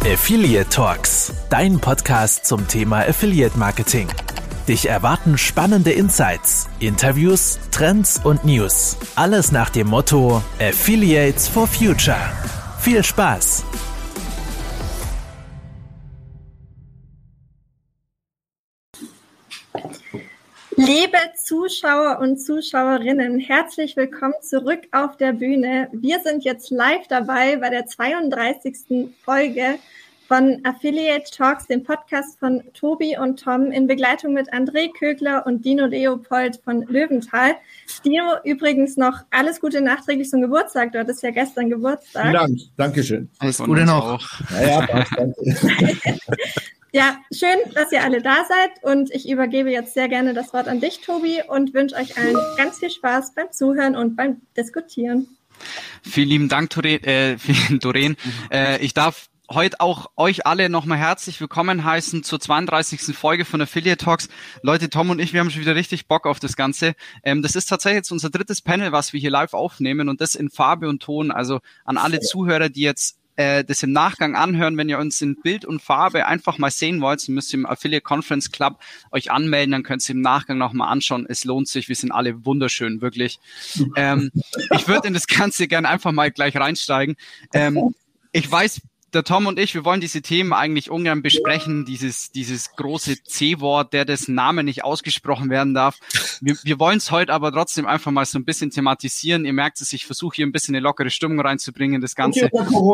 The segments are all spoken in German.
Affiliate Talks, dein Podcast zum Thema Affiliate Marketing. Dich erwarten spannende Insights, Interviews, Trends und News. Alles nach dem Motto Affiliates for Future. Viel Spaß! Liebe Zuschauer und Zuschauerinnen, herzlich willkommen zurück auf der Bühne. Wir sind jetzt live dabei bei der 32. Folge von Affiliate Talks, dem Podcast von Tobi und Tom in Begleitung mit André Kögler und Dino Leopold von Löwenthal. Dino, übrigens noch alles Gute nachträglich zum Geburtstag. Du hattest ja gestern Geburtstag. Vielen Dank, Dankeschön. Alles Gute noch. Ja, passt, danke. Ja, schön, dass ihr alle da seid und ich übergebe jetzt sehr gerne das Wort an dich, Tobi, und wünsche euch allen ganz viel Spaß beim Zuhören und beim Diskutieren. Vielen lieben Dank, Doreen. Ich darf heute auch euch alle nochmal herzlich willkommen heißen zur 32. Folge von Affiliate Talks. Leute, Tom und ich, wir haben schon wieder richtig Bock auf das Ganze. Das ist tatsächlich jetzt unser drittes Panel, was wir hier live aufnehmen und das in Farbe und Ton. Also an alle Zuhörer, die jetzt das im Nachgang anhören, wenn ihr uns in Bild und Farbe einfach mal sehen wollt, dann müsst ihr im Affiliate Conference Club euch anmelden, dann könnt ihr im Nachgang nochmal anschauen. Es lohnt sich, wir sind alle wunderschön, wirklich. Ich würde in das Ganze gerne einfach mal gleich reinsteigen. Ich weiß, der Tom und ich, wir wollen diese Themen eigentlich ungern besprechen, dieses große C-Wort, dessen Name nicht ausgesprochen werden darf. Wir wollen es heute aber trotzdem einfach mal so ein bisschen thematisieren. Ihr merkt es, ich versuche hier ein bisschen eine lockere Stimmung reinzubringen, das Ganze.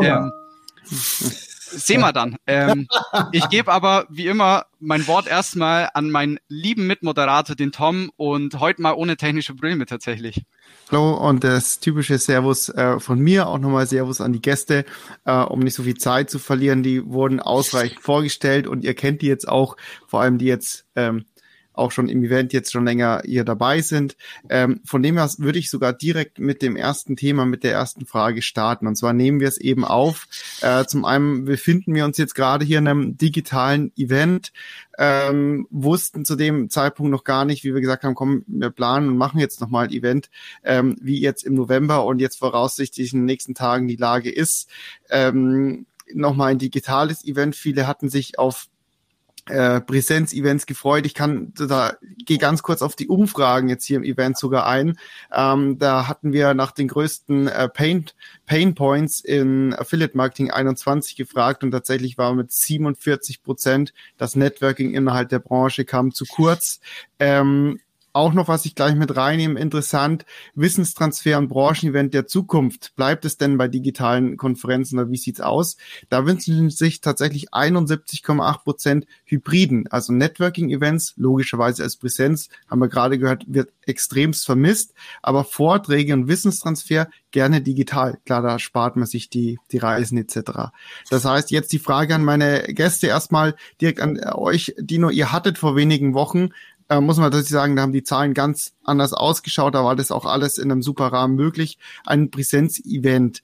Sehen wir dann. Ich gebe aber wie immer mein Wort erstmal an meinen lieben Mitmoderator, den Tom, und heute mal ohne technische Probleme tatsächlich. Hallo und das typische Servus von mir, auch nochmal Servus an die Gäste, um nicht so viel Zeit zu verlieren. Die wurden ausreichend vorgestellt und ihr kennt die jetzt auch, vor allem die jetzt auch schon im Event jetzt schon länger hier dabei sind. Von dem her würde ich sogar direkt mit dem ersten Thema, mit der ersten Frage starten. Und zwar nehmen wir es eben auf. Zum einen befinden wir uns jetzt gerade hier in einem digitalen Event, wussten zu dem Zeitpunkt noch gar nicht, wie wir gesagt haben, komm, wir planen und machen jetzt nochmal ein Event, wie jetzt im November und jetzt voraussichtlich in den nächsten Tagen die Lage ist. Nochmal ein digitales Event. Viele hatten sich auf Präsenz-Events gefreut. Ich gehe ganz kurz auf die Umfragen jetzt hier im Event sogar ein. Da hatten wir nach den größten Pain Points in Affiliate Marketing 21 gefragt und tatsächlich war mit 47% das Networking innerhalb der Branche kam zu kurz. Auch noch, was ich gleich mit reinnehme, interessant, Wissenstransfer und Branchenevent der Zukunft. Bleibt es denn bei digitalen Konferenzen oder wie sieht's aus? Da wünschen sich tatsächlich 71,8% Hybriden, also Networking-Events, logischerweise als Präsenz, haben wir gerade gehört, wird extremst vermisst, aber Vorträge und Wissenstransfer gerne digital. Klar, da spart man sich die Reisen etc. Das heißt, jetzt die Frage an meine Gäste erstmal direkt an euch, Dino, ihr hattet vor wenigen Wochen, muss man tatsächlich sagen, da haben die Zahlen ganz anders ausgeschaut, da war das auch alles in einem super Rahmen möglich. Ein Präsenzevent.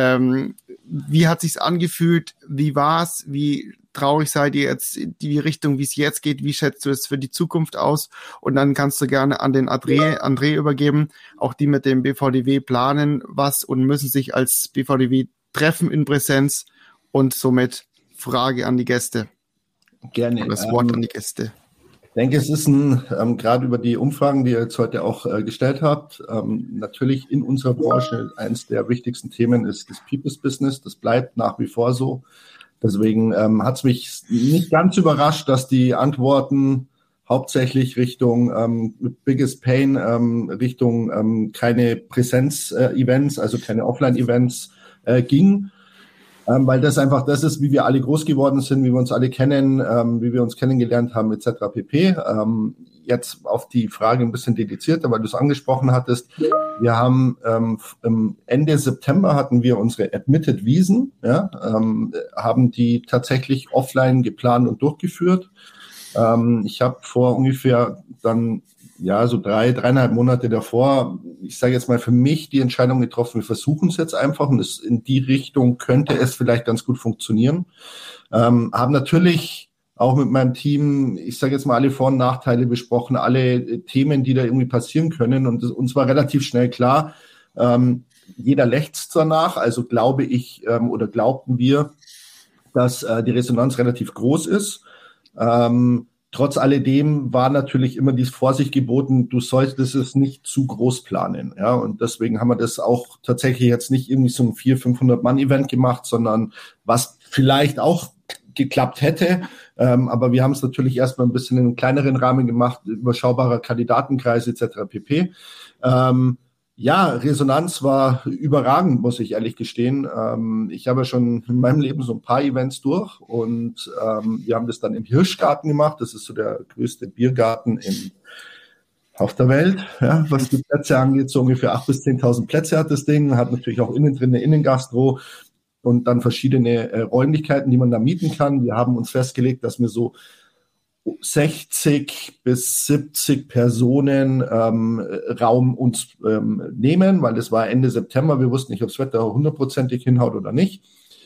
Wie hat sich's angefühlt? Wie war's? Wie traurig seid ihr jetzt die Richtung, wie es jetzt geht? Wie schätzt du es für die Zukunft aus? Und dann kannst du gerne an den André übergeben. Auch die mit dem BVDW planen was und müssen sich als BVDW treffen in Präsenz und somit Frage an die Gäste. Gerne. Das Wort an die Gäste. Ich denke, es ist gerade über die Umfragen, die ihr jetzt heute auch gestellt habt, natürlich in unserer Branche eines der wichtigsten Themen ist das People's Business. Das bleibt nach wie vor so. Deswegen hat es mich nicht ganz überrascht, dass die Antworten hauptsächlich Richtung Biggest Pain, Richtung keine Präsenz-Events, also keine Offline-Events gingen. Weil das einfach das ist, wie wir alle groß geworden sind, wie wir uns alle kennen, wie wir uns kennengelernt haben, etc. pp. Jetzt auf die Frage ein bisschen dedizierter, weil du es angesprochen hattest. Wir haben Ende September hatten wir unsere Admitted Wiesen, ja, haben die tatsächlich offline geplant und durchgeführt. Ich habe vor ungefähr dann so 3,5 Monate davor, ich sage jetzt mal für mich die Entscheidung getroffen, wir versuchen es jetzt einfach und in die Richtung könnte es vielleicht ganz gut funktionieren. Haben natürlich auch mit meinem Team, ich sage jetzt mal alle Vor- und Nachteile besprochen, alle Themen, die da irgendwie passieren können und uns war relativ schnell klar, jeder lechzt danach, also glaube ich oder glaubten wir, dass die Resonanz relativ groß ist. Trotz alledem war natürlich immer die Vorsicht geboten, du solltest es nicht zu groß planen. Ja, und deswegen haben wir das auch tatsächlich jetzt nicht irgendwie so ein 400-500-Mann-Event gemacht, sondern was vielleicht auch geklappt hätte. Aber wir haben es natürlich erstmal ein bisschen in einem kleineren Rahmen gemacht, überschaubarer Kandidatenkreis etc. pp. Ja, Resonanz war überragend, muss ich ehrlich gestehen. Ich habe schon in meinem Leben so ein paar Events durch und wir haben das dann im Hirschgarten gemacht. Das ist so der größte Biergarten auf der Welt, ja, was die Plätze angeht. So ungefähr 8.000 bis 10.000 Plätze hat das Ding, hat natürlich auch innen drin eine Innengastro und dann verschiedene Räumlichkeiten, die man da mieten kann. Wir haben uns festgelegt, dass wir so 60 bis 70 Personen Raum uns nehmen, weil das war Ende September. Wir wussten nicht, ob das Wetter 100%ig hinhaut oder nicht.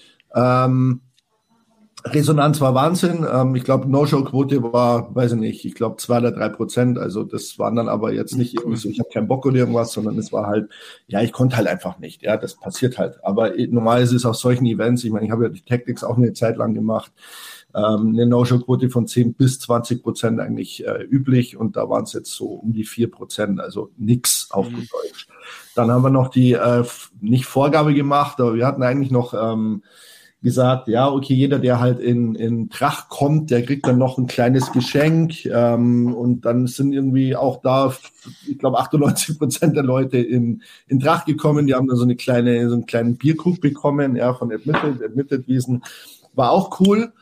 Resonanz war Wahnsinn. Ich glaube, No-Show-Quote war, weiß ich nicht, ich glaube 2 oder 3%. Also das waren dann aber jetzt nicht irgendwie so, ich habe keinen Bock oder irgendwas, sondern es war halt, ja, ich konnte halt einfach nicht. Ja, das passiert halt. Aber normal ist es auf solchen Events, ich meine, ich habe ja die Tactics auch eine Zeit lang gemacht, eine No-Show-Quote von 10 bis 20% eigentlich üblich und da waren es jetzt so um die 4%, also nix auf gut Deutsch. Dann haben wir noch die, nicht Vorgabe gemacht, aber wir hatten eigentlich noch gesagt, ja, okay, jeder, der halt in Tracht kommt, der kriegt dann noch ein kleines Geschenk und dann sind irgendwie auch da, ich glaube, 98% der Leute in Tracht gekommen, die haben dann so einen kleinen Bierkrug bekommen, ja, von Admitted Wiesen, war auch cool.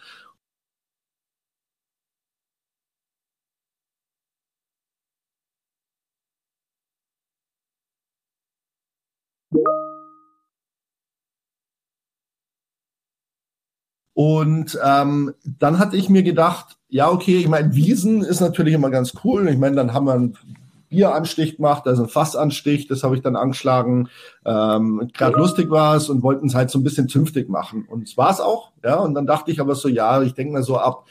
Und dann hatte ich mir gedacht, ja, okay, ich meine, Wiesen ist natürlich immer ganz cool. Ich meine, dann haben wir einen Bieranstich gemacht, also einen Fassanstich, das habe ich dann angeschlagen. Gerade lustig war es und wollten es halt so ein bisschen zünftig machen. Und es war es auch, ja. Und dann dachte ich aber so, ja, ich denke mal so ab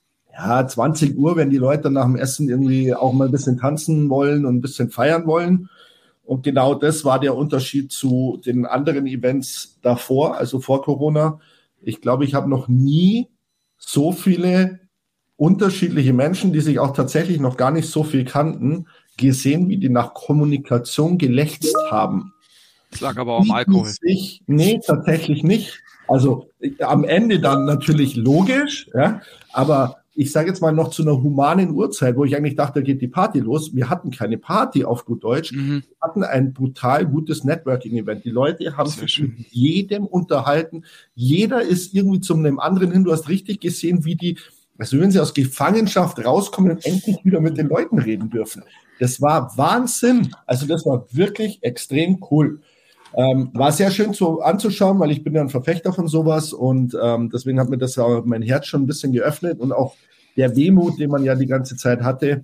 20 Uhr, wenn die Leute nach dem Essen irgendwie auch mal ein bisschen tanzen wollen und ein bisschen feiern wollen. Und genau das war der Unterschied zu den anderen Events davor, also vor Corona. Ich glaube, ich habe noch nie so viele unterschiedliche Menschen, die sich auch tatsächlich noch gar nicht so viel kannten, gesehen, wie die nach Kommunikation gelächzt haben. Das lag aber auch am Alkohol. Nee, tatsächlich nicht. Also am Ende dann natürlich logisch, ja, aber ich sage jetzt mal noch zu einer humanen Uhrzeit, wo ich eigentlich dachte, da geht die Party los. Wir hatten keine Party auf gut Deutsch. Wir hatten ein brutal gutes Networking-Event. Die Leute haben sich mit jedem unterhalten. Jeder ist irgendwie zu einem anderen hin. Du hast richtig gesehen, wie die, also wenn sie aus Gefangenschaft rauskommen und endlich wieder mit den Leuten reden dürfen. Das war Wahnsinn. Also das war wirklich extrem cool. War sehr schön anzuschauen, weil ich bin ja ein Verfechter von sowas und deswegen hat mir das auch mein Herz schon ein bisschen geöffnet und auch der Wehmut, den man ja die ganze Zeit hatte,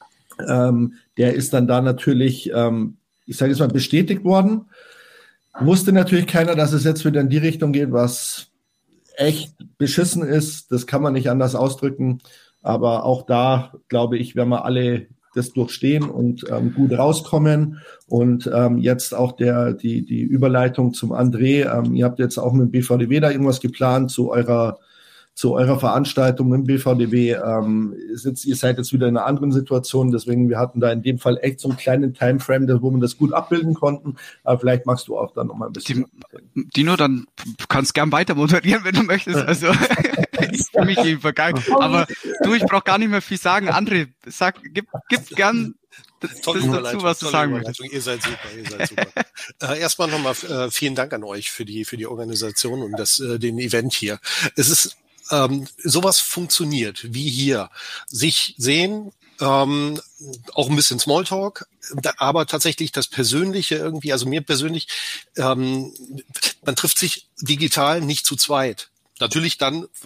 der ist dann da natürlich, ich sage jetzt mal, bestätigt worden. Wusste natürlich keiner, dass es jetzt wieder in die Richtung geht, was echt beschissen ist. Das kann man nicht anders ausdrücken, aber auch da, glaube ich, werden wir alle das durchstehen und gut rauskommen. Und jetzt auch die Überleitung zum André. Ihr habt jetzt auch mit dem BVDW da irgendwas geplant zu eurer Veranstaltung mit dem BVDW. Ihr seid jetzt wieder in einer anderen Situation, deswegen wir hatten da in dem Fall echt so einen kleinen Timeframe, wo wir das gut abbilden konnten. Aber vielleicht magst du auch dann noch mal ein bisschen. Dino, dann kannst gern weiter moderieren, wenn du möchtest. Also ich fühle mich jedenfalls geil. Aber du, ich brauche gar nicht mehr viel sagen. André, gib gern das dazu, was du sagen möchtest. Ihr seid super. Erstmal nochmal vielen Dank an euch für die Organisation und den Event hier. Es ist sowas funktioniert, wie hier. Sich sehen, auch ein bisschen Smalltalk, aber tatsächlich das Persönliche irgendwie, also mir persönlich, man trifft sich digital nicht zu zweit. Natürlich dann,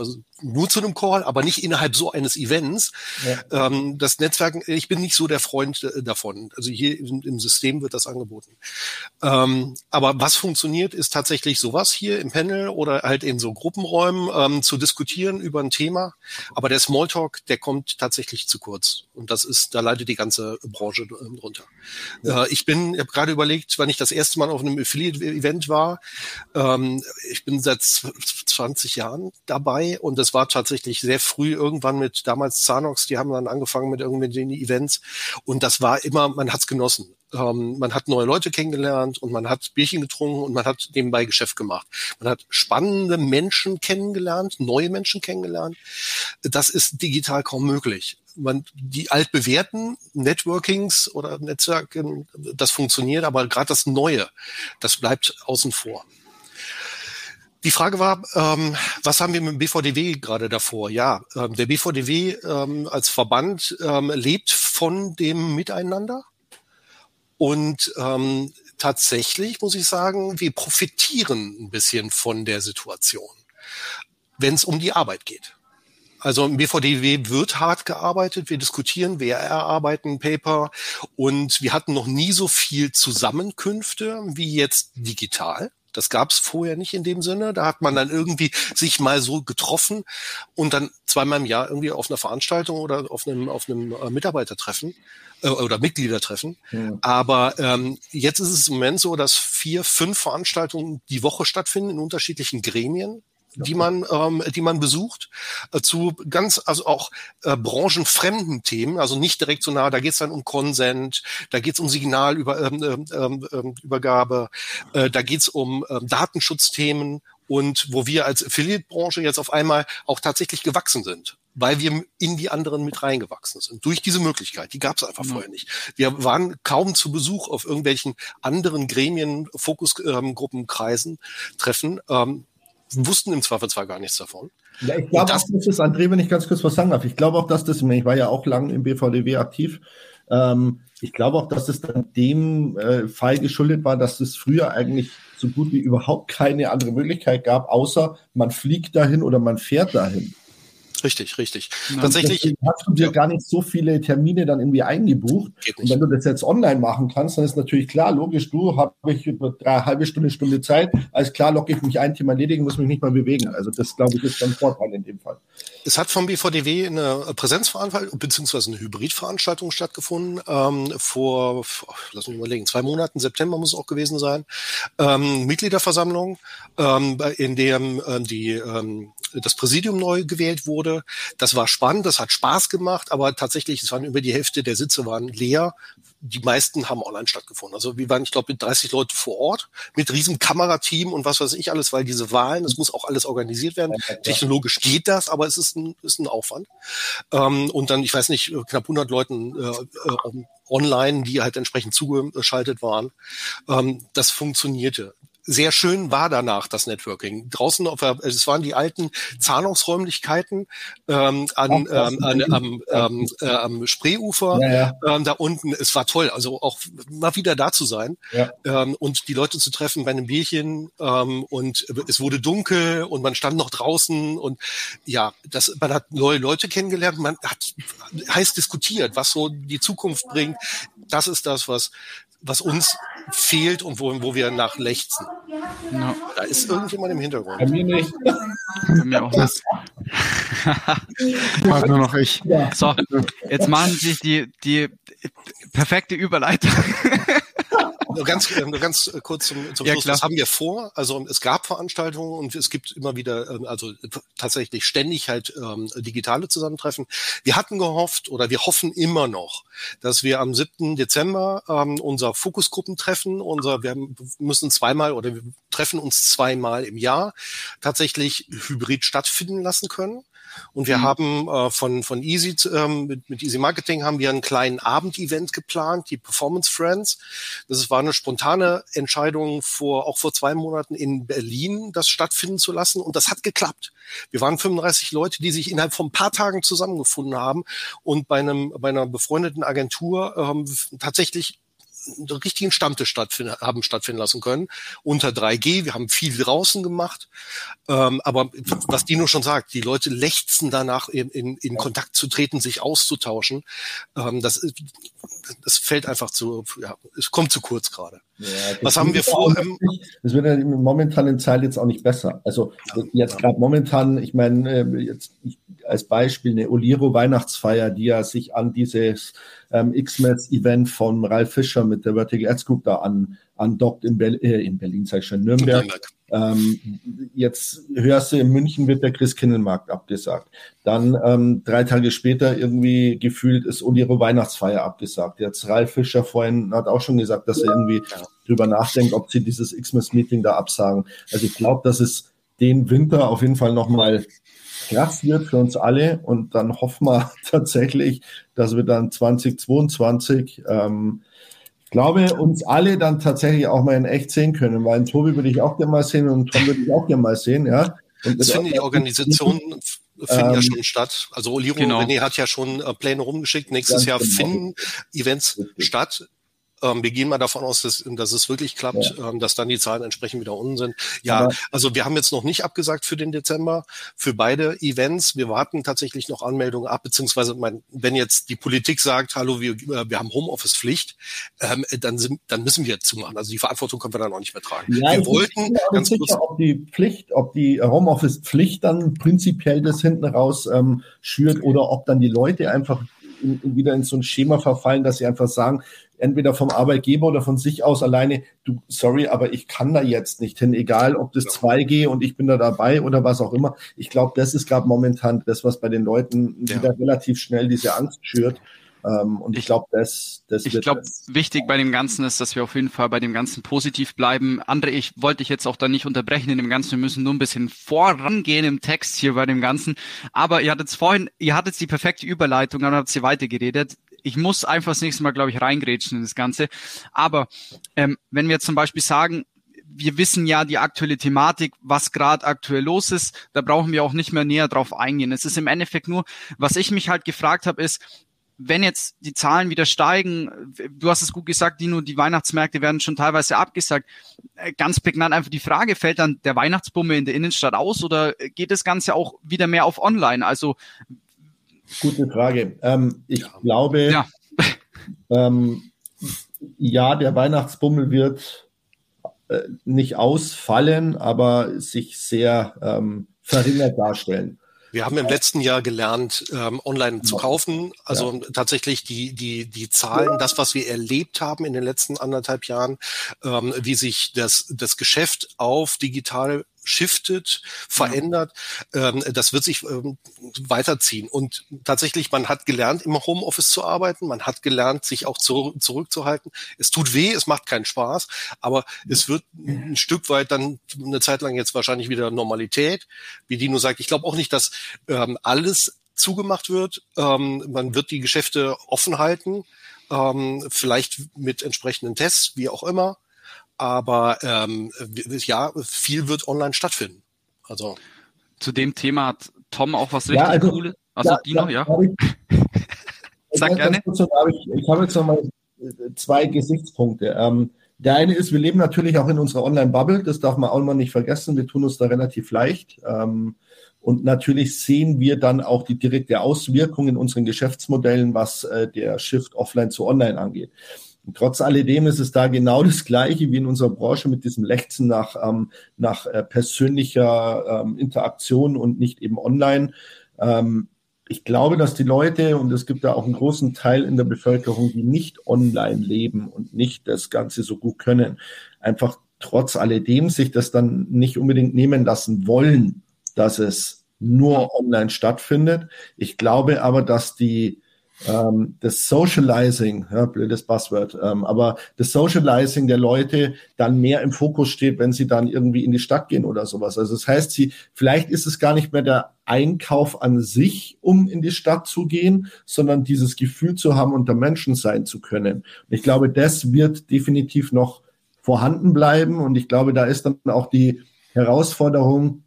nur zu einem Call, aber nicht innerhalb so eines Events. Ja. Das Netzwerken, ich bin nicht so der Freund davon. Also hier im System wird das angeboten. Aber was funktioniert, ist tatsächlich sowas hier im Panel oder halt in so Gruppenräumen zu diskutieren über ein Thema. Aber der Smalltalk, der kommt tatsächlich zu kurz. Und da leidet die ganze Branche drunter. Ja. Ich habe gerade überlegt, wann ich das erste Mal auf einem Affiliate-Event war. Ich bin seit 20 Jahren dabei und das war tatsächlich sehr früh irgendwann mit damals Zanox, die haben dann angefangen mit irgendwelchen Events und das war immer, man hat's genossen. Man hat neue Leute kennengelernt und man hat Bierchen getrunken und man hat nebenbei Geschäft gemacht. Man hat spannende Menschen kennengelernt, neue Menschen kennengelernt. Das ist digital kaum möglich. Die altbewährten Networkings oder Netzwerken, das funktioniert, aber gerade das Neue, das bleibt außen vor. Die Frage war, was haben wir mit dem BVDW gerade davor? Ja, der BVDW als Verband lebt von dem Miteinander. Und tatsächlich muss ich sagen, wir profitieren ein bisschen von der Situation, wenn es um die Arbeit geht. Also im BVDW wird hart gearbeitet, wir diskutieren, wir erarbeiten Paper und wir hatten noch nie so viel Zusammenkünfte wie jetzt digital. Das gab es vorher nicht in dem Sinne. Da hat man dann irgendwie sich mal so getroffen und dann zweimal im Jahr irgendwie auf einer Veranstaltung oder auf einem Mitarbeitertreffen oder Mitgliedertreffen. Ja. Aber jetzt ist es im Moment so, dass 4, 5 Veranstaltungen die Woche stattfinden in unterschiedlichen Gremien, die man besucht, zu also auch branchenfremden Themen, also nicht direkt so nah, da geht es dann um Consent, da geht es um Signalübergabe, da geht es um Datenschutzthemen und wo wir als Affiliate-Branche jetzt auf einmal auch tatsächlich gewachsen sind, weil wir in die anderen mit reingewachsen sind. Durch diese Möglichkeit, die gab es einfach vorher nicht. Wir waren kaum zu Besuch auf irgendwelchen anderen Gremien, Fokusgruppenkreisen, Treffen, wussten im Zweifelsfall gar nichts davon. Ja, ich glaube auch, das ist, André, wenn ich ganz kurz was sagen darf, ich glaube auch, dass das, ich war ja auch lang im BVDW aktiv, ich glaube auch, dass das dann dem Fall geschuldet war, dass es früher eigentlich so gut wie überhaupt keine andere Möglichkeit gab, außer man fliegt dahin oder man fährt dahin. Richtig. Ja. Tatsächlich hast du dir gar nicht so viele Termine dann irgendwie eingebucht. Und wenn du das jetzt online machen kannst, dann ist natürlich klar, logisch, habe ich über eine halbe Stunde Zeit, alles klar, logge ich mich ein, Thema erledigen, muss mich nicht mal bewegen. Also das, glaube ich, ist dann ein Vorteil in dem Fall. Es hat vom BVDW eine Präsenzveranstaltung beziehungsweise eine Hybridveranstaltung stattgefunden vor, lass mich überlegen, 2 Monaten, September muss es auch gewesen sein, Mitgliederversammlung, in dem das Präsidium neu gewählt wurde. Das war spannend, das hat Spaß gemacht, aber tatsächlich, es waren über die Hälfte der Sitze waren leer. Die meisten haben online stattgefunden. Also wir waren, ich glaube, mit 30 Leute vor Ort, mit riesen Kamerateam und was weiß ich alles, weil diese Wahlen, das muss auch alles organisiert werden. Ja. Technologisch geht das, aber es ist ein Aufwand. Und dann, ich weiß nicht, knapp 100 Leuten online, die halt entsprechend zugeschaltet waren. Das funktionierte. Sehr schön war danach das Networking. Draußen es waren die alten Zahnungsräumlichkeiten am Spreeufer, da unten. Es war toll, also auch mal wieder da zu sein und die Leute zu treffen bei einem Bierchen und es wurde dunkel und man stand noch draußen und ja, man hat neue Leute kennengelernt, man hat heiß diskutiert, was so die Zukunft bringt. Das ist das, was uns fehlt und wo wir nach lechzen. No. Da ist irgendjemand im Hintergrund. Bei mir nicht. Bei mir auch nicht. Mach nur noch ich. So, jetzt machen Sie die perfekte Überleitung. Nur ganz kurz zum Schluss. Was haben wir vor? Also es gab Veranstaltungen und es gibt immer wieder, also tatsächlich ständig halt digitale Zusammentreffen. Wir hatten gehofft oder wir hoffen immer noch, dass wir am 7. Dezember unser Fokusgruppentreffen, wir müssen zweimal oder wir treffen uns zweimal im Jahr, tatsächlich hybrid stattfinden lassen können. Und wir haben von Easy mit Easy Marketing haben wir einen kleinen Abendevent geplant, die Performance Friends. Das war eine spontane Entscheidung auch vor 2 Monaten in Berlin, das stattfinden zu lassen. Und das hat geklappt. Wir waren 35 Leute, die sich innerhalb von ein paar Tagen zusammengefunden haben und bei einer befreundeten Agentur tatsächlich einen richtigen Stammtisch stattfinden lassen können unter 3G. Wir haben viel draußen gemacht, aber was Dino schon sagt, die Leute lechzen danach, in Kontakt zu treten, sich auszutauschen. Das fällt einfach es kommt zu kurz gerade. Ja, was haben wir vor? Das wird ja in der momentanen Zeit jetzt auch nicht besser. Also jetzt gerade momentan, ich meine, jetzt als Beispiel eine Oliro Weihnachtsfeier, die ja sich an dieses Xmas-Event von Ralf Fischer mit der Vertical Ads Group da andockt in Berlin, sag ich schon, Nürnberg. Jetzt hörst du, in München wird der Christkindlmarkt abgesagt. Dann 3 Tage später irgendwie gefühlt ist Oliro Weihnachtsfeier abgesagt. Jetzt Ralf Fischer vorhin hat auch schon gesagt, dass er irgendwie drüber nachdenkt, ob sie dieses Xmas-Meeting da absagen. Also ich glaube, dass es den Winter auf jeden Fall nochmal krass wird für uns alle und dann hoffen wir tatsächlich, dass wir dann 2022 ich glaube, uns alle dann tatsächlich auch mal in echt sehen können, weil Tobi würde ich auch gerne mal sehen und Tom würde ich auch gerne mal sehen, ja. Und das finde ich, Organisationen finden ja schon statt. Also Oliro, René hat ja schon Pläne rumgeschickt. Nächstes Jahr finden Events statt. Wir gehen mal davon aus, dass es wirklich klappt, dass dann die Zahlen entsprechend wieder unten sind. Ja, also wir haben jetzt noch nicht abgesagt für den Dezember, für beide Events. Wir warten tatsächlich noch Anmeldungen ab, beziehungsweise wenn jetzt die Politik sagt, hallo, wir haben Homeoffice-Pflicht, dann müssen wir zumachen. Also die Verantwortung können wir dann auch nicht mehr tragen. Ja, wir wollten ganz kurz, ob die Homeoffice-Pflicht dann prinzipiell das hinten raus schürt oder ob dann die Leute einfach wieder in so ein Schema verfallen, dass sie einfach sagen, entweder vom Arbeitgeber oder von sich aus alleine, sorry, aber ich kann da jetzt nicht hin, egal ob das 2G und ich bin da dabei oder was auch immer. Ich glaube, das ist gerade momentan das, was bei den Leuten wieder relativ schnell diese Angst schürt. Und ich glaube, wichtig bei dem Ganzen ist, dass wir auf jeden Fall bei dem Ganzen positiv bleiben. André, ich wollte dich jetzt auch da nicht unterbrechen in dem Ganzen. Wir müssen nur ein bisschen vorangehen im Text hier bei dem Ganzen. Aber ihr hattet die perfekte Überleitung, dann habt ihr weitergeredet. Ich muss einfach das nächste Mal, glaube ich, reingrätschen in das Ganze. Aber wenn wir jetzt zum Beispiel sagen, wir wissen ja die aktuelle Thematik, was gerade aktuell los ist, da brauchen wir auch nicht mehr näher drauf eingehen. Es ist im Endeffekt nur, was ich mich halt gefragt habe, ist, wenn jetzt die Zahlen wieder steigen, du hast es gut gesagt, Dino, die Weihnachtsmärkte werden schon teilweise abgesagt. Ganz prägnant einfach die Frage, fällt dann der Weihnachtsbummel in der Innenstadt aus oder geht das Ganze auch wieder mehr auf online? Also gute Frage. Ich glaube, der Weihnachtsbummel wird nicht ausfallen, aber sich sehr verringert darstellen. Wir haben im letzten Jahr gelernt, online zu kaufen. Also tatsächlich die Zahlen, das, was wir erlebt haben in den letzten 1,5 Jahren, wie sich das Geschäft auf digital shiftet, verändert, das wird sich weiterziehen. Und tatsächlich, man hat gelernt, im Homeoffice zu arbeiten, man hat gelernt, sich auch zurückzuhalten. Es tut weh, es macht keinen Spaß, aber es wird ein Stück weit dann eine Zeit lang jetzt wahrscheinlich wieder Normalität. Wie Dino sagt, ich glaube auch nicht, dass alles zugemacht wird. Man wird die Geschäfte offen halten, vielleicht mit entsprechenden Tests, wie auch immer. Aber viel wird online stattfinden. Also zu dem Thema hat Tom auch was richtig Cooles. Also Dino, Sag gerne. Ich habe jetzt noch mal 2 Gesichtspunkte. Der eine ist, wir leben natürlich auch in unserer Online-Bubble. Das darf man auch mal nicht vergessen. Wir tun uns da relativ leicht. Und natürlich sehen wir dann auch die direkte Auswirkung in unseren Geschäftsmodellen, was der Shift offline zu online angeht. Und trotz alledem ist es da genau das Gleiche wie in unserer Branche mit diesem Lechzen nach persönlicher Interaktion und nicht eben online. Ich glaube, dass die Leute, und es gibt da auch einen großen Teil in der Bevölkerung, die nicht online leben und nicht das Ganze so gut können, einfach trotz alledem sich das dann nicht unbedingt nehmen lassen wollen, dass es nur online stattfindet. Ich glaube aber, dass das Socializing, blödes Buzzword, aber das Socializing der Leute dann mehr im Fokus steht, wenn sie dann irgendwie in die Stadt gehen oder sowas. Also das heißt, vielleicht ist es gar nicht mehr der Einkauf an sich, um in die Stadt zu gehen, sondern dieses Gefühl zu haben, unter Menschen sein zu können. Und ich glaube, das wird definitiv noch vorhanden bleiben und ich glaube, da ist dann auch die Herausforderung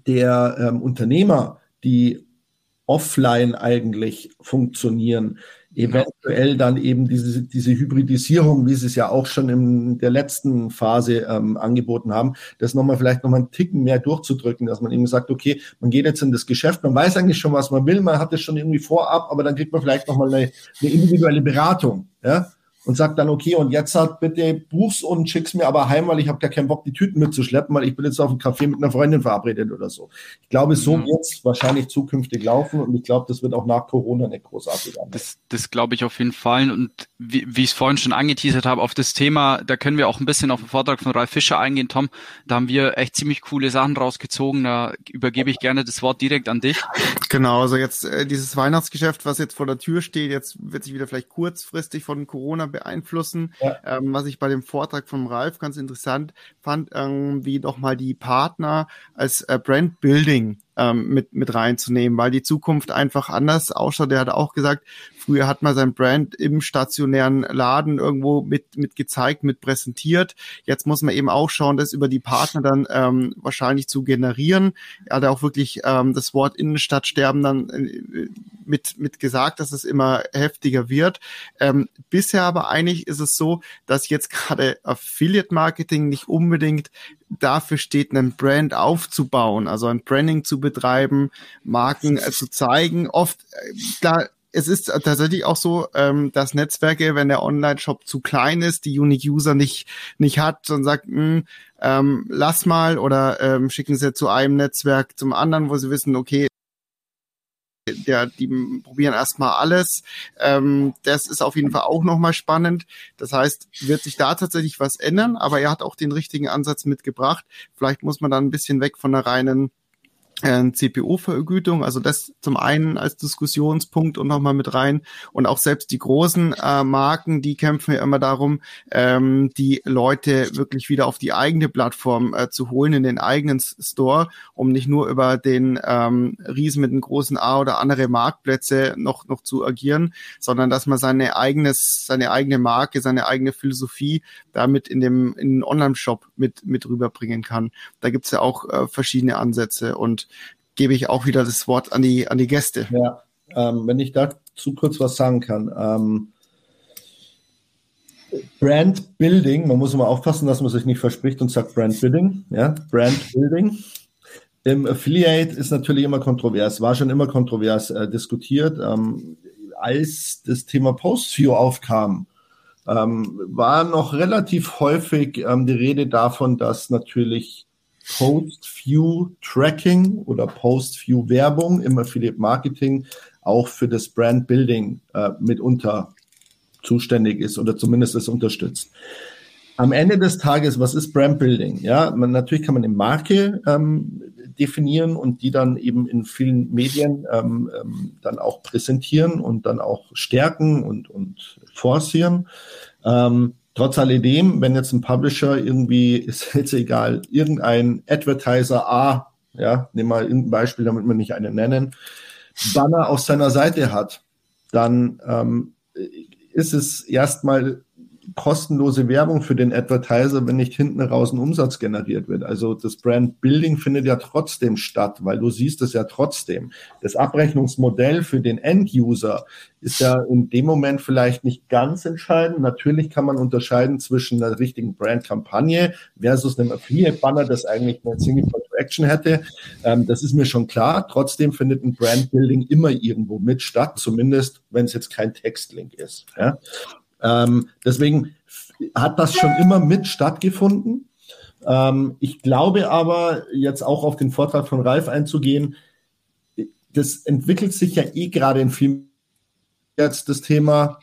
der Unternehmer, die offline eigentlich funktionieren, eventuell dann eben diese Hybridisierung, wie sie es ja auch schon in der letzten Phase angeboten haben, das vielleicht nochmal einen Ticken mehr durchzudrücken, dass man eben sagt, okay, man geht jetzt in das Geschäft, man weiß eigentlich schon, was man will, man hat es schon irgendwie vorab, aber dann kriegt man vielleicht nochmal eine individuelle Beratung, ja, und sagt dann, okay, und jetzt bitte buch's und schick's mir aber heim, weil ich habe gar keinen Bock, die Tüten mitzuschleppen, weil ich bin jetzt auf dem Café mit einer Freundin verabredet oder so. Ich glaube, so wird's wahrscheinlich zukünftig laufen und ich glaube, das wird auch nach Corona nicht großartig sein. Das glaube ich auf jeden Fall und wie ich es vorhin schon angeteasert habe, auf das Thema, da können wir auch ein bisschen auf den Vortrag von Ralf Fischer eingehen, Tom. Da haben wir echt ziemlich coole Sachen rausgezogen, da übergebe ich gerne das Wort direkt an dich. Genau, also jetzt dieses Weihnachtsgeschäft, was jetzt vor der Tür steht, jetzt wird sich wieder vielleicht kurzfristig von Corona beeinflussen. Ja. Was ich bei dem Vortrag von Ralf ganz interessant fand, wie nochmal die Partner als Brand Building mit reinzunehmen, weil die Zukunft einfach anders ausschaut. Der hat auch gesagt, früher hat man sein Brand im stationären Laden irgendwo mit gezeigt, mit präsentiert. Jetzt muss man eben auch schauen, das über die Partner dann wahrscheinlich zu generieren. Er hat auch wirklich das Wort Innenstadtsterben dann mit gesagt, dass es immer heftiger wird. Bisher aber eigentlich ist es so, dass jetzt gerade Affiliate-Marketing nicht unbedingt dafür steht, einen Brand aufzubauen, also ein Branding zu betreiben, Marken zu zeigen. Oft, klar, es ist tatsächlich auch so, dass Netzwerke, wenn der Online-Shop zu klein ist, die Unique-User nicht hat und sagt, lass mal oder schicken sie zu einem Netzwerk zum anderen, wo sie wissen, okay, die probieren erstmal alles. Das ist auf jeden Fall auch nochmal spannend. Das heißt, wird sich da tatsächlich was ändern, aber er hat auch den richtigen Ansatz mitgebracht. Vielleicht muss man dann ein bisschen weg von der reinen CPO-Vergütung, also das zum einen als Diskussionspunkt und nochmal mit rein. Und auch selbst die großen Marken, die kämpfen ja immer darum, die Leute wirklich wieder auf die eigene Plattform zu holen, in den eigenen Store, um nicht nur über den Riesen mit einem großen A oder andere Marktplätze noch zu agieren, sondern dass man seine eigene Marke, seine eigene Philosophie damit in den Online-Shop mit rüberbringen kann. Da gibt's ja auch verschiedene Ansätze und gebe ich auch wieder das Wort an die Gäste. Ja, wenn ich dazu kurz was sagen kann. Brand Building, man muss immer aufpassen, dass man sich nicht verspricht und sagt Brand Building. Ja, Brand Building. Im Affiliate ist natürlich immer kontrovers, war schon immer kontrovers diskutiert. Als das Thema Post-View aufkam, war noch relativ häufig die Rede davon, dass natürlich Post-View-Tracking oder Post-View-Werbung im Affiliate-Marketing auch für das Brand-Building mitunter zuständig ist oder zumindest es unterstützt. Am Ende des Tages, was ist Brand-Building? Ja, natürlich kann man eine Marke definieren und die dann eben in vielen Medien dann auch präsentieren und dann auch stärken und forcieren. Trotz alledem, wenn jetzt ein Publisher irgendwie, ist jetzt egal, irgendein Advertiser A, ja, nehmen wir irgendein Beispiel, damit wir nicht einen nennen, Banner auf seiner Seite hat, dann ist es erstmal kostenlose Werbung für den Advertiser, wenn nicht hinten raus ein Umsatz generiert wird. Also das Brand Building findet ja trotzdem statt, weil du siehst es ja trotzdem. Das Abrechnungsmodell für den End-User ist ja in dem Moment vielleicht nicht ganz entscheidend. Natürlich kann man unterscheiden zwischen einer richtigen Brand-Kampagne versus einem Affiliate-Banner, das eigentlich eine Single Call to Action hätte. Das ist mir schon klar. Trotzdem findet ein Brand Building immer irgendwo mit statt, zumindest wenn es jetzt kein Textlink ist. Ja? Deswegen hat das schon immer mit stattgefunden. Ich glaube aber, jetzt auch auf den Vortrag von Ralf einzugehen, das entwickelt sich ja gerade in vielen jetzt das Thema.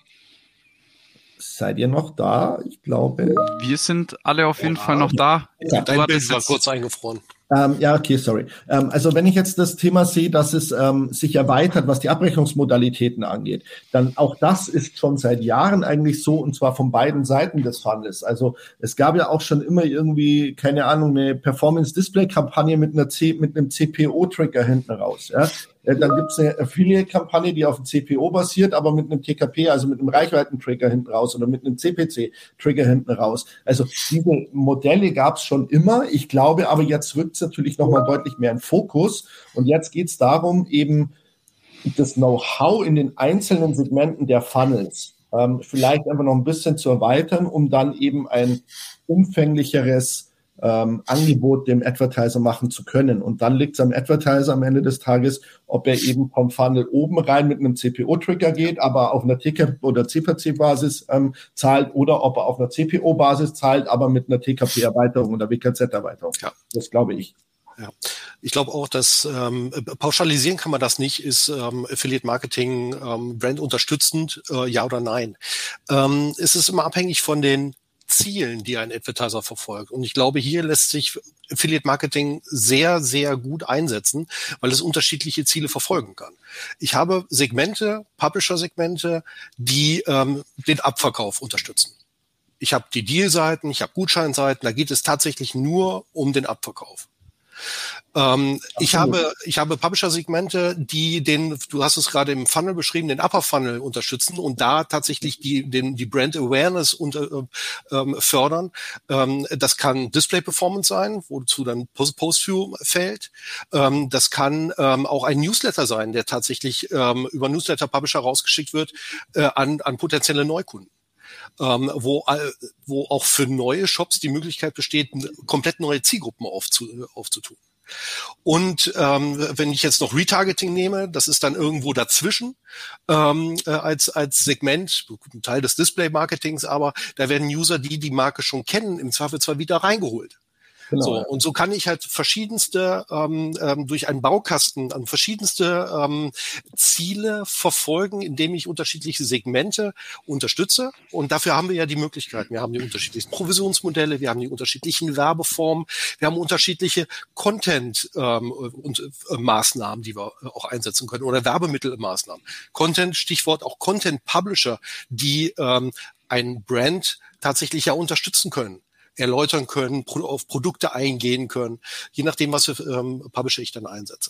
Seid ihr noch da? Ich glaube. Wir sind alle auf jeden Fall noch da. Ja, dein Bild war kurz eingefroren. Ja, okay, sorry. Also wenn ich jetzt das Thema sehe, dass es sich erweitert, was die Abrechnungsmodalitäten angeht, dann auch das ist schon seit Jahren eigentlich so, und zwar von beiden Seiten des Funnels. Also es gab ja auch schon immer irgendwie, keine Ahnung, eine Performance-Display-Kampagne mit einem CPO-Trigger hinten raus. Ja? Dann gibt es eine Affiliate-Kampagne, die auf dem CPO basiert, aber mit einem TKP, also mit einem Reichweiten-Trigger hinten raus oder mit einem CPC-Trigger hinten raus. Also diese Modelle gab es schon immer. Ich glaube aber, jetzt rückt es natürlich nochmal deutlich mehr in Fokus. Und jetzt geht es darum, eben das Know-how in den einzelnen Segmenten der Funnels vielleicht einfach noch ein bisschen zu erweitern, um dann eben ein umfänglicheres Angebot dem Advertiser machen zu können. Und dann liegt es am Advertiser am Ende des Tages, ob er eben vom Funnel oben rein mit einem CPO-Trigger geht, aber auf einer TKP- oder CPC-Basis zahlt, oder ob er auf einer CPO-Basis zahlt, aber mit einer TKP-Erweiterung oder WKZ-Erweiterung. Ja. Das glaube ich. Ja, ich glaube auch, dass pauschalisieren kann man das nicht, ist Affiliate Marketing Brand unterstützend, ja oder nein. Es ist immer abhängig von den Zielen, die ein Advertiser verfolgt. Und ich glaube, hier lässt sich Affiliate Marketing sehr, sehr gut einsetzen, weil es unterschiedliche Ziele verfolgen kann. Ich habe Segmente, Publisher-Segmente, die den Abverkauf unterstützen. Ich habe die Deal-Seiten, ich habe Gutscheinseiten, da geht es tatsächlich nur um den Abverkauf. Ich habe Publisher-Segmente, die du hast es gerade im Funnel beschrieben, den Upper Funnel unterstützen und da tatsächlich die Brand Awareness fördern. Das kann Display Performance sein, wozu dann Post-View fällt. Das kann auch ein Newsletter sein, der tatsächlich über Newsletter-Publisher rausgeschickt wird an potenzielle Neukunden. Wo auch für neue Shops die Möglichkeit besteht, komplett neue Zielgruppen aufzutun. Und wenn ich jetzt noch Retargeting nehme, das ist dann irgendwo dazwischen als Segment, ein Teil des Display-Marketings, aber da werden User, die Marke schon kennen, im Zweifelsfall wieder reingeholt. Genau. So, und so kann ich halt verschiedenste, durch einen Baukasten an verschiedenste Ziele verfolgen, indem ich unterschiedliche Segmente unterstütze. Und dafür haben wir ja die Möglichkeiten. Wir haben die unterschiedlichen Provisionsmodelle, wir haben die unterschiedlichen Werbeformen, wir haben unterschiedliche Content und Maßnahmen, die wir auch einsetzen können, oder Werbemittelmaßnahmen. Content, Stichwort auch Content Publisher, die ein Brand tatsächlich ja unterstützen können, erläutern können, auf Produkte eingehen können, je nachdem, was für Publisher ich dann einsetze.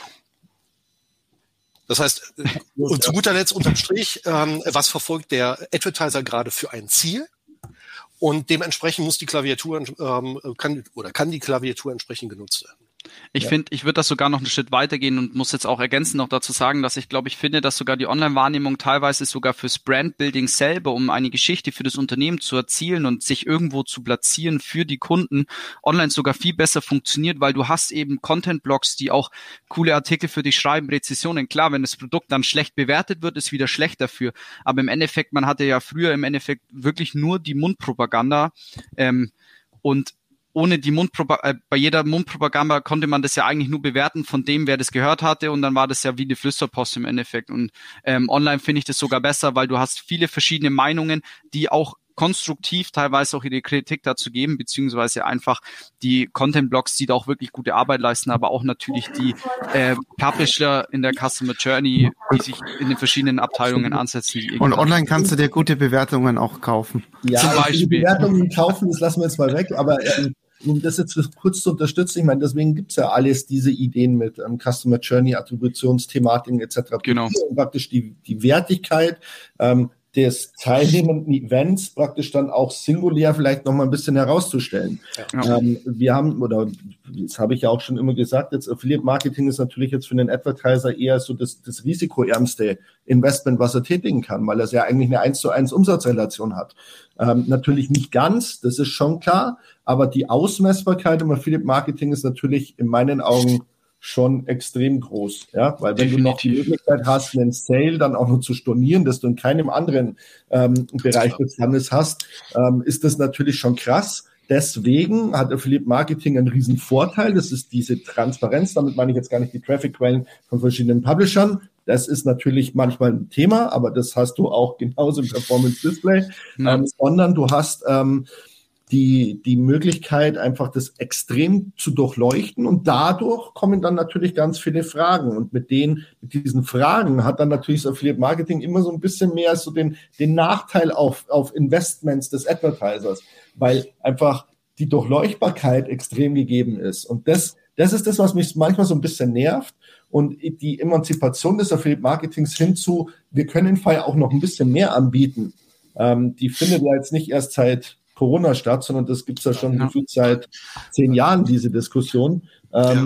Das heißt, und zu guter Letzt unterm Strich, was verfolgt der Advertiser gerade für ein Ziel? Und dementsprechend muss die Klaviatur kann die Klaviatur entsprechend genutzt werden. Ich finde, ich würde das sogar noch einen Schritt weitergehen und muss jetzt auch ergänzend noch dazu sagen, dass ich finde, dass sogar die Online-Wahrnehmung teilweise sogar fürs Brandbuilding selber, um eine Geschichte für das Unternehmen zu erzielen und sich irgendwo zu platzieren für die Kunden, online sogar viel besser funktioniert, weil du hast eben Content-Blogs, die auch coole Artikel für dich schreiben, Rezessionen. Klar, wenn das Produkt dann schlecht bewertet wird, ist wieder schlecht dafür. Aber im Endeffekt, man hatte ja früher im Endeffekt wirklich nur die Mundpropaganda und ohne die bei jeder Mundpropaganda konnte man das ja eigentlich nur bewerten von dem, wer das gehört hatte, und dann war das ja wie eine Flüsterpost im Endeffekt. Und online finde ich das sogar besser, weil du hast viele verschiedene Meinungen, die auch konstruktiv teilweise auch ihre Kritik dazu geben, beziehungsweise einfach die Content-Blogs, die da auch wirklich gute Arbeit leisten, aber auch natürlich die Publisher in der Customer Journey, die sich in den verschiedenen Abteilungen ansetzen. Und online kannst du dir gute Bewertungen auch kaufen. Ja, zum Beispiel. Die Bewertungen kaufen, das lassen wir jetzt mal weg, aber um das jetzt kurz zu unterstützen, ich meine, deswegen gibt's ja alles diese Ideen mit Customer Journey, Attributionsthematiken etc. Genau. Und praktisch die Wertigkeit des teilnehmenden Events praktisch dann auch singulär vielleicht noch mal ein bisschen herauszustellen. Ja. Wir haben, oder das habe ich ja auch schon immer gesagt, jetzt Affiliate Marketing ist natürlich jetzt für den Advertiser eher so das risikoärmste Investment, was er tätigen kann, weil er ja eigentlich eine 1:1 Umsatzrelation hat. Natürlich nicht ganz, das ist schon klar, aber die Ausmessbarkeit im Affiliate Marketing ist natürlich in meinen Augen schon extrem groß, ja, weil wenn du noch die Möglichkeit hast, einen Sale dann auch noch zu stornieren, das du in keinem anderen Bereich des Handels hast, ist das natürlich schon krass. Deswegen hat Affiliate Marketing einen riesen Vorteil, das ist diese Transparenz, damit meine ich jetzt gar nicht die Traffic-Quellen von verschiedenen Publishern. Das ist natürlich manchmal ein Thema, aber das hast du auch genauso im Performance Display, sondern du hast die Möglichkeit, einfach das extrem zu durchleuchten, und dadurch kommen dann natürlich ganz viele Fragen, und mit diesen Fragen hat dann natürlich das Affiliate Marketing immer so ein bisschen mehr so den Nachteil auf Investments des Advertisers, weil einfach die Durchleuchtbarkeit extrem gegeben ist, und das ist das, was mich manchmal so ein bisschen nervt, und die Emanzipation des Affiliate Marketings hinzu, wir können im Fall auch noch ein bisschen mehr anbieten, die findet ja jetzt nicht erst seit Corona statt, sondern das gibt's ja schon gefühlt seit 10 Jahren, diese Diskussion.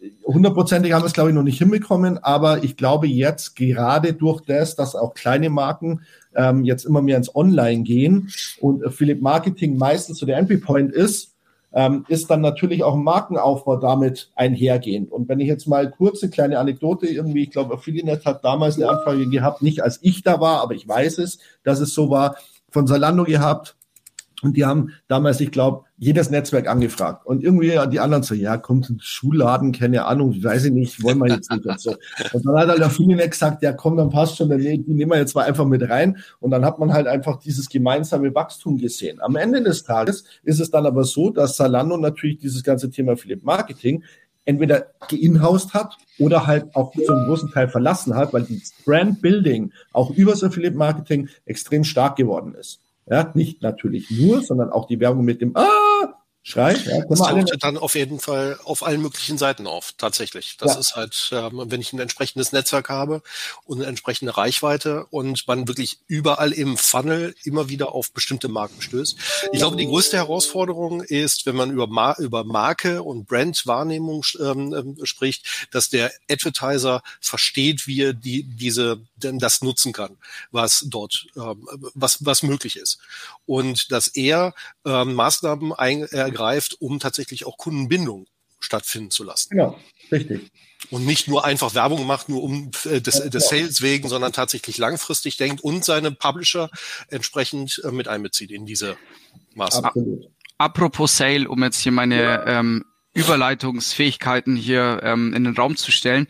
hundertprozentig haben wir es, glaube ich, noch nicht hinbekommen, aber ich glaube jetzt gerade durch das, dass auch kleine Marken jetzt immer mehr ins Online gehen und Affiliate Marketing meistens so der Entry Point ist dann natürlich auch ein Markenaufbau damit einhergehend. Und wenn ich jetzt mal kurz eine kleine Anekdote irgendwie, ich glaube, Affiliate hat damals eine Anfrage gehabt, nicht als ich da war, aber ich weiß es, dass es so war, von Zalando gehabt. Und die haben damals, ich glaube, jedes Netzwerk angefragt. Und irgendwie die anderen so, ja, kommt ein Schuhladen, keine Ahnung, weiß ich nicht, wollen wir jetzt nicht und so. Und dann hat halt der Affiliate gesagt, ja komm, dann passt schon, die nehmen wir jetzt mal einfach mit rein. Und dann hat man halt einfach dieses gemeinsame Wachstum gesehen. Am Ende des Tages ist es dann aber so, dass Zalando natürlich dieses ganze Thema Affiliate Marketing entweder geinhoused hat oder halt auch zu einem großen Teil verlassen hat, weil das Brand Building auch übers Affiliate Marketing extrem stark geworden ist. Ja, nicht natürlich nur, sondern auch die Werbung mit dem Schrei. Ja, das taucht dann auf jeden Fall auf allen möglichen Seiten auf, tatsächlich. Das ist halt, wenn ich ein entsprechendes Netzwerk habe und eine entsprechende Reichweite und man wirklich überall im Funnel immer wieder auf bestimmte Marken stößt. Ich glaube, die größte Herausforderung ist, wenn man über Marke und Brandwahrnehmung spricht, dass der Advertiser versteht, wie er das nutzen kann, was dort, was möglich ist. Und dass er Maßnahmen ergreift, um tatsächlich auch Kundenbindung stattfinden zu lassen. Genau, richtig. Und nicht nur einfach Werbung macht, nur um des Sales wegen, sondern tatsächlich langfristig denkt und seine Publisher entsprechend mit einbezieht in diese Maßnahmen. Absolut. Apropos Sale, um jetzt hier meine Überleitungsfähigkeiten hier in den Raum zu stellen.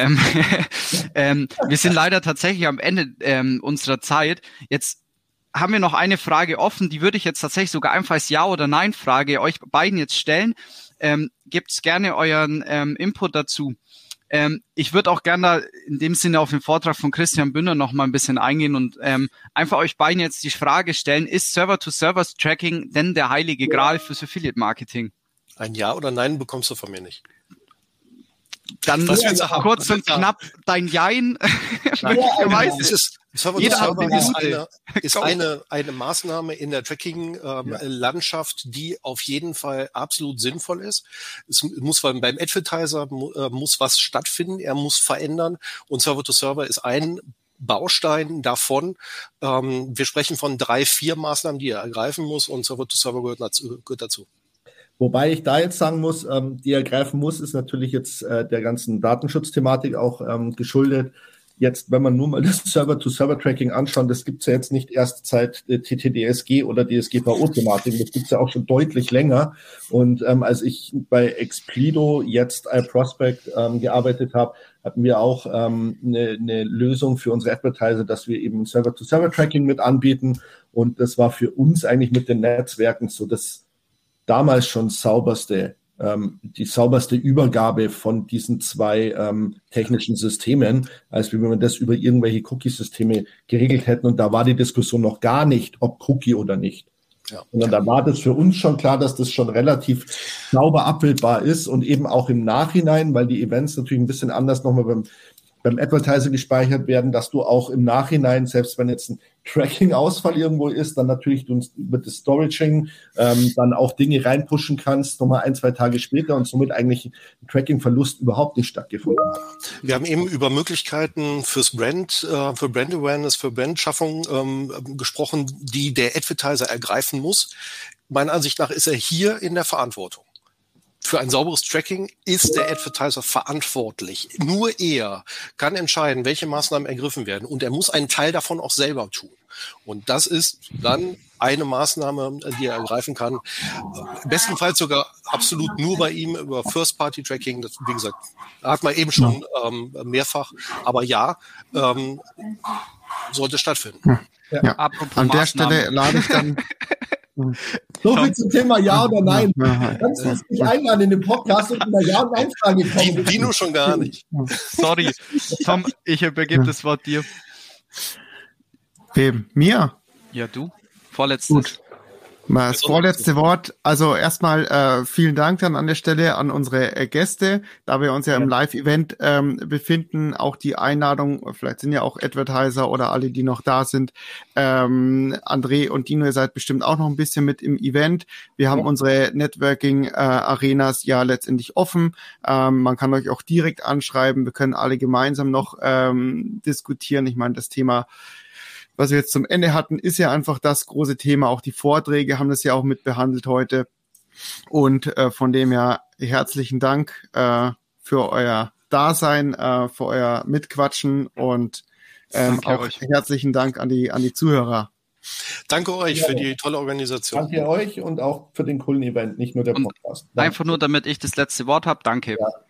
Wir sind leider tatsächlich am Ende unserer Zeit. Jetzt haben wir noch eine Frage offen, die würde ich jetzt tatsächlich sogar einfach als Ja- oder Nein-Frage euch beiden jetzt stellen. Gebt gerne euren Input dazu. Ich würde auch gerne in dem Sinne auf den Vortrag von Christian Bünder noch mal ein bisschen eingehen und einfach euch beiden jetzt die Frage stellen, ist Server-to-Server-Tracking denn der heilige Gral fürs Affiliate-Marketing? Ein Ja oder Nein bekommst du von mir nicht. Dann kurz und knapp dein Jein. Ist eine Maßnahme in der Tracking-Landschaft, die auf jeden Fall absolut sinnvoll ist. Es muss beim Advertiser muss was stattfinden, er muss verändern und Server-to-Server ist ein Baustein davon. Wir sprechen von 3, 4 Maßnahmen, die er ergreifen muss und Server-to-Server gehört dazu. Wobei ich da jetzt sagen muss, die ergreifen muss, ist natürlich jetzt der ganzen Datenschutzthematik auch geschuldet. Jetzt, wenn man nur mal das Server-to-Server-Tracking anschaut, das gibt's ja jetzt nicht erst seit TTDSG oder DSGVO-Thematik, das gibt's ja auch schon deutlich länger. Und als ich bei Explido jetzt iProspect gearbeitet habe, hatten wir auch eine Lösung für unsere Advertiser, dass wir eben Server-to-Server-Tracking mit anbieten. Und das war für uns eigentlich mit den Netzwerken so das damals schon die sauberste Übergabe von diesen 2 technischen Systemen, als wenn wir das über irgendwelche Cookie-Systeme geregelt hätten. Und da war die Diskussion noch gar nicht, ob Cookie oder nicht. Ja. Und da war das für uns schon klar, dass das schon relativ sauber abbildbar ist und eben auch im Nachhinein, weil die Events natürlich ein bisschen anders nochmal beim Advertiser gespeichert werden, dass du auch im Nachhinein, selbst wenn jetzt ein Tracking-Ausfall irgendwo ist, dann natürlich du über das Storaging dann auch Dinge reinpushen kannst, nochmal 1, 2 Tage später und somit eigentlich ein Tracking-Verlust überhaupt nicht stattgefunden hat. Wir haben eben über Möglichkeiten fürs Brand, für Brand Awareness, für Brandschaffung gesprochen, die der Advertiser ergreifen muss. Meiner Ansicht nach ist er hier in der Verantwortung. Für ein sauberes Tracking ist der Advertiser verantwortlich. Nur er kann entscheiden, welche Maßnahmen ergriffen werden. Und er muss einen Teil davon auch selber tun. Und das ist dann eine Maßnahme, die er ergreifen kann. Bestenfalls sogar absolut nur bei ihm über First-Party-Tracking. Das, wie gesagt, hat man eben schon mehrfach. Aber ja, sollte stattfinden. Ja. An der Stelle lade ich dann... So viel zum Thema Ja oder Nein. Kannst du mich einladen in den Podcast und in der Ja- und Nein-Frage kommen? Dino schon gar nicht. Sorry. Tom, ich übergebe das Wort dir. Wem? Mir? Ja, du. Vorletztes. Gut. Mal das vorletzte Wort. Also erstmal vielen Dank dann an der Stelle an unsere Gäste, da wir uns ja im Live-Event befinden. Auch die Einladung, vielleicht sind ja auch Advertiser oder alle, die noch da sind. André und Dino, ihr seid bestimmt auch noch ein bisschen mit im Event. Wir haben unsere Networking-Arenas ja letztendlich offen. Man kann euch auch direkt anschreiben. Wir können alle gemeinsam noch diskutieren. Ich meine, das Thema, was wir jetzt zum Ende hatten, ist ja einfach das große Thema. Auch die Vorträge haben das ja auch mit behandelt heute. Und von dem her herzlichen Dank für euer Dasein, für euer Mitquatschen und auch euch. Herzlichen Dank an die Zuhörer. Danke euch für die tolle Organisation. Danke euch und auch für den coolen Event, nicht nur der Podcast. Einfach nur, damit ich das letzte Wort habe. Danke. Ja.